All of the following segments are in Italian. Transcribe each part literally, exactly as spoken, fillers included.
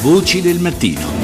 Voci del mattino.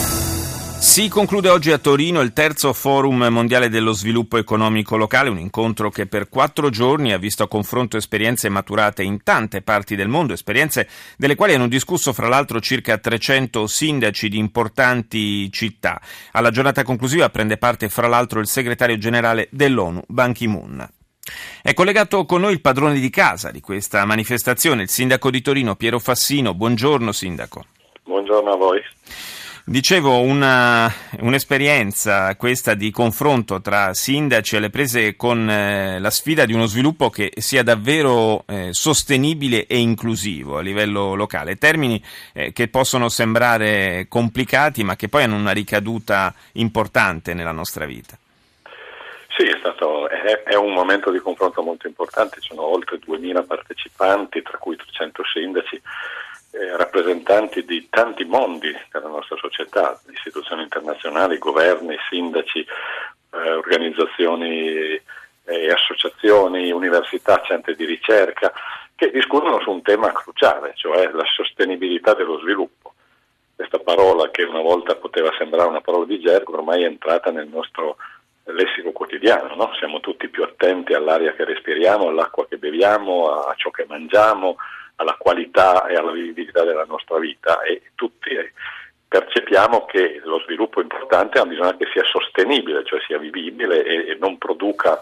Si conclude oggi a Torino il terzo Forum Mondiale dello Sviluppo Economico Locale, un incontro che per quattro giorni ha visto a confronto esperienze maturate in tante parti del mondo, esperienze delle quali hanno discusso fra l'altro circa trecento sindaci di importanti città. Alla giornata conclusiva prende parte fra l'altro il segretario generale dell'ONU, Ban Ki-moon. È collegato con noi il padrone di casa di questa manifestazione, il sindaco di Torino, Piero Fassino. Buongiorno sindaco. Buongiorno a voi. Dicevo, una, un'esperienza questa di confronto tra sindaci alle prese con eh, la sfida di uno sviluppo che sia davvero eh, sostenibile e inclusivo a livello locale. Termini eh, che possono sembrare complicati ma che poi hanno una ricaduta importante nella nostra vita. Sì, è stato è, è un momento di confronto molto importante, ci sono oltre duemila partecipanti, tra cui trecento sindaci, eh, rappresentanti di tanti mondi della nostra società, istituzioni internazionali, governi, sindaci, eh, organizzazioni e eh, associazioni, università, centri di ricerca, che discutono su un tema cruciale, cioè la sostenibilità dello sviluppo. Questa parola, che una volta poteva sembrare una parola di gergo, ormai è entrata nel nostro lessico quotidiano, no? Siamo tutti più attenti all'aria che respiriamo, all'acqua che beviamo, a ciò che mangiamo, alla qualità e alla vivibilità della nostra vita, e tutti percepiamo che lo sviluppo importante ha bisogno che sia sostenibile, cioè sia vivibile e, e non produca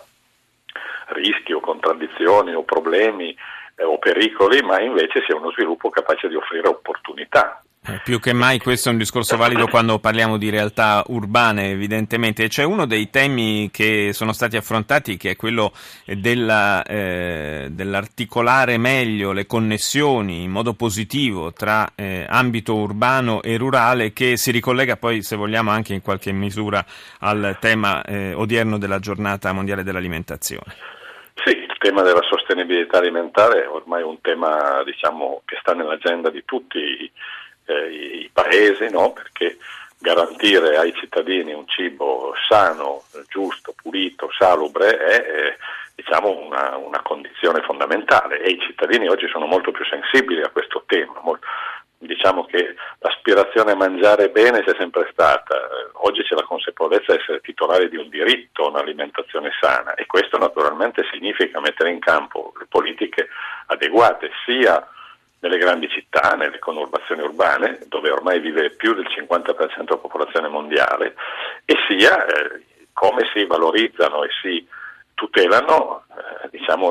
rischi o contraddizioni o problemi eh, o pericoli, ma invece sia uno sviluppo capace di offrire opportunità. Più che mai questo è un discorso valido quando parliamo di realtà urbane, evidentemente. E c'è uno dei temi che sono stati affrontati, che è quello della, eh, dell'articolare meglio le connessioni in modo positivo tra eh, ambito urbano e rurale, che si ricollega poi, se vogliamo, anche in qualche misura al tema eh, odierno della giornata mondiale dell'alimentazione. Sì, il tema della sostenibilità alimentare è ormai un tema, diciamo, che sta nell'agenda di tutti i Eh, i paesi, no? Perché garantire ai cittadini un cibo sano, giusto, pulito, salubre è eh, diciamo una, una condizione fondamentale, e i cittadini oggi sono molto più sensibili a questo tema. Molto, diciamo che l'aspirazione a mangiare bene c'è sempre stata, oggi c'è la consapevolezza di essere titolari di un diritto a un'alimentazione sana, e questo naturalmente significa mettere in campo le politiche adeguate sia nelle grandi città, nelle conurbazioni urbane, dove ormai vive più del cinquanta per cento della popolazione mondiale, e sia eh, come si valorizzano e si tutelano eh, diciamo,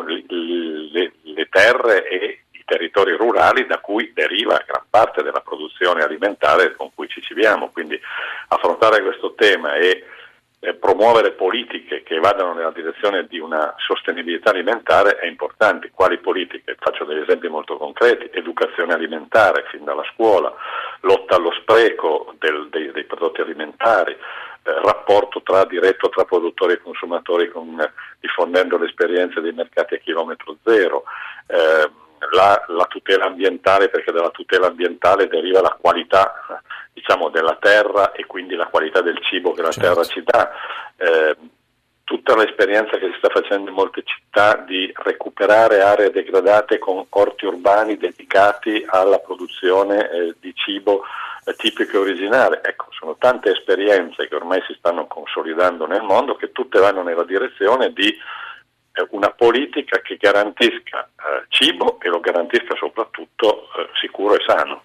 le, le terre e i territori rurali da cui deriva gran parte della produzione alimentare con cui ci cibiamo. Quindi affrontare questo tema e promuovere politiche che vadano nella direzione di una sostenibilità alimentare è importante. Quali politiche? Faccio degli esempi molto concreti: educazione alimentare fin dalla scuola, lotta allo spreco del, dei, dei prodotti alimentari, eh, rapporto tra diretto tra produttori e consumatori con, eh, diffondendo le esperienze dei mercati a chilometro zero, eh, la, la tutela ambientale, perché dalla tutela ambientale deriva la qualità, diciamo, della terra e quindi la qualità del cibo che la certo. terra ci dà. Eh, tutta l'esperienza che si sta facendo in molte città di recuperare aree degradate con orti urbani dedicati alla produzione eh, di cibo eh, tipico e originale. Ecco, sono tante esperienze che ormai si stanno consolidando nel mondo, che tutte vanno nella direzione di eh, una politica che garantisca eh, cibo e lo garantisca soprattutto eh, sicuro e sano.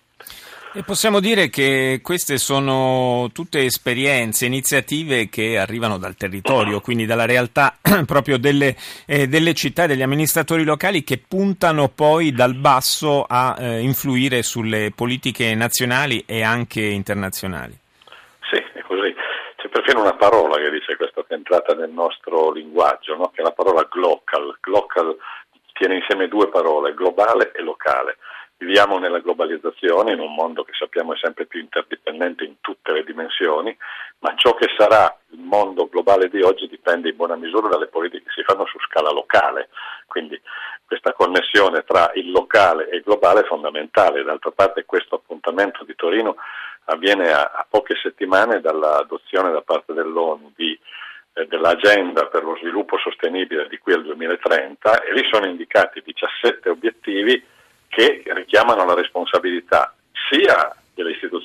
E possiamo dire che queste sono tutte esperienze, iniziative che arrivano dal territorio, quindi dalla realtà proprio delle, eh, delle città e degli amministratori locali, che puntano poi dal basso a eh, influire sulle politiche nazionali e anche internazionali. Sì, è così. C'è perfino una parola che dice questo, che è entrata nel nostro linguaggio, no? Che è la parola glocal. Glocal tiene insieme due parole, globale e locale. Viviamo nella globalizzazione, in un mondo che sappiamo è sempre più interdipendente in tutte le dimensioni, ma ciò che sarà il mondo globale di oggi dipende in buona misura dalle politiche che si fanno su scala locale. Quindi questa connessione tra il locale e il globale è fondamentale. D'altra parte questo appuntamento di Torino avviene a, a poche settimane dall'adozione da parte dell'ONU di eh, dell'agenda per lo sviluppo sostenibile di qui al duemilatrenta, e lì sono indicati diciassette obiettivi che richiamano la responsabilità sia delle istituzioni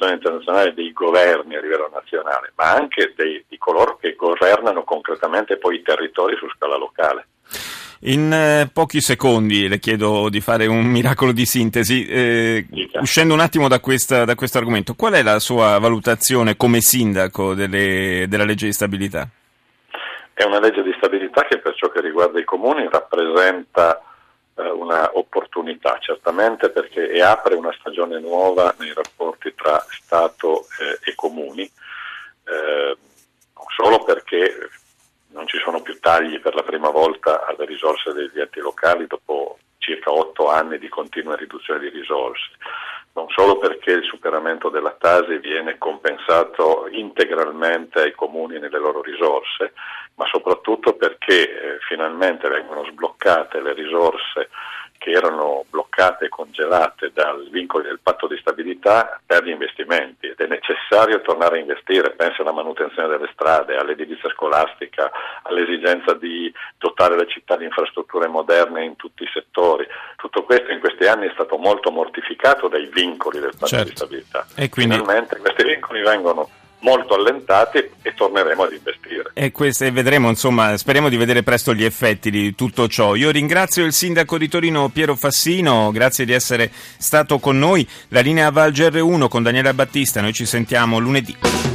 organizzazioni internazionali, dei governi a livello nazionale, ma anche dei, di coloro che governano concretamente poi i territori su scala locale. In eh, pochi secondi le chiedo di fare un miracolo di sintesi, eh, uscendo un attimo da, questa, da questo argomento, qual è la sua valutazione come sindaco delle, della legge di stabilità? È una legge di stabilità che per ciò che riguarda i comuni rappresenta eh, una opportunità, certamente, perché e apre una stagione nuova nei rapporti tra Stato eh, e comuni, eh, non solo perché non ci sono più tagli per la prima volta alle risorse degli enti locali dopo circa otto anni di continua riduzione di risorse, non solo perché il superamento della Tasi viene compensato integralmente ai comuni nelle loro risorse, ma soprattutto perché eh, finalmente vengono sbloccate le risorse che erano bloccate e congelate dal vincolo del patto di stabilità per gli investimenti, ed è necessario tornare a investire. Pensa alla manutenzione delle strade, all'edilizia scolastica, all'esigenza di dotare le città di infrastrutture moderne in tutti i settori. Tutto questo in questi anni è stato molto mortificato dai vincoli del patto certo. di stabilità. E quindi finalmente questi vincoli vengono molto allentati e torneremo ad investire. E queste vedremo, insomma, speriamo di vedere presto gli effetti di tutto ciò. Io ringrazio il sindaco di Torino Piero Fassino, grazie di essere stato con noi. La linea va al G R uno con Daniela Battista, noi ci sentiamo lunedì.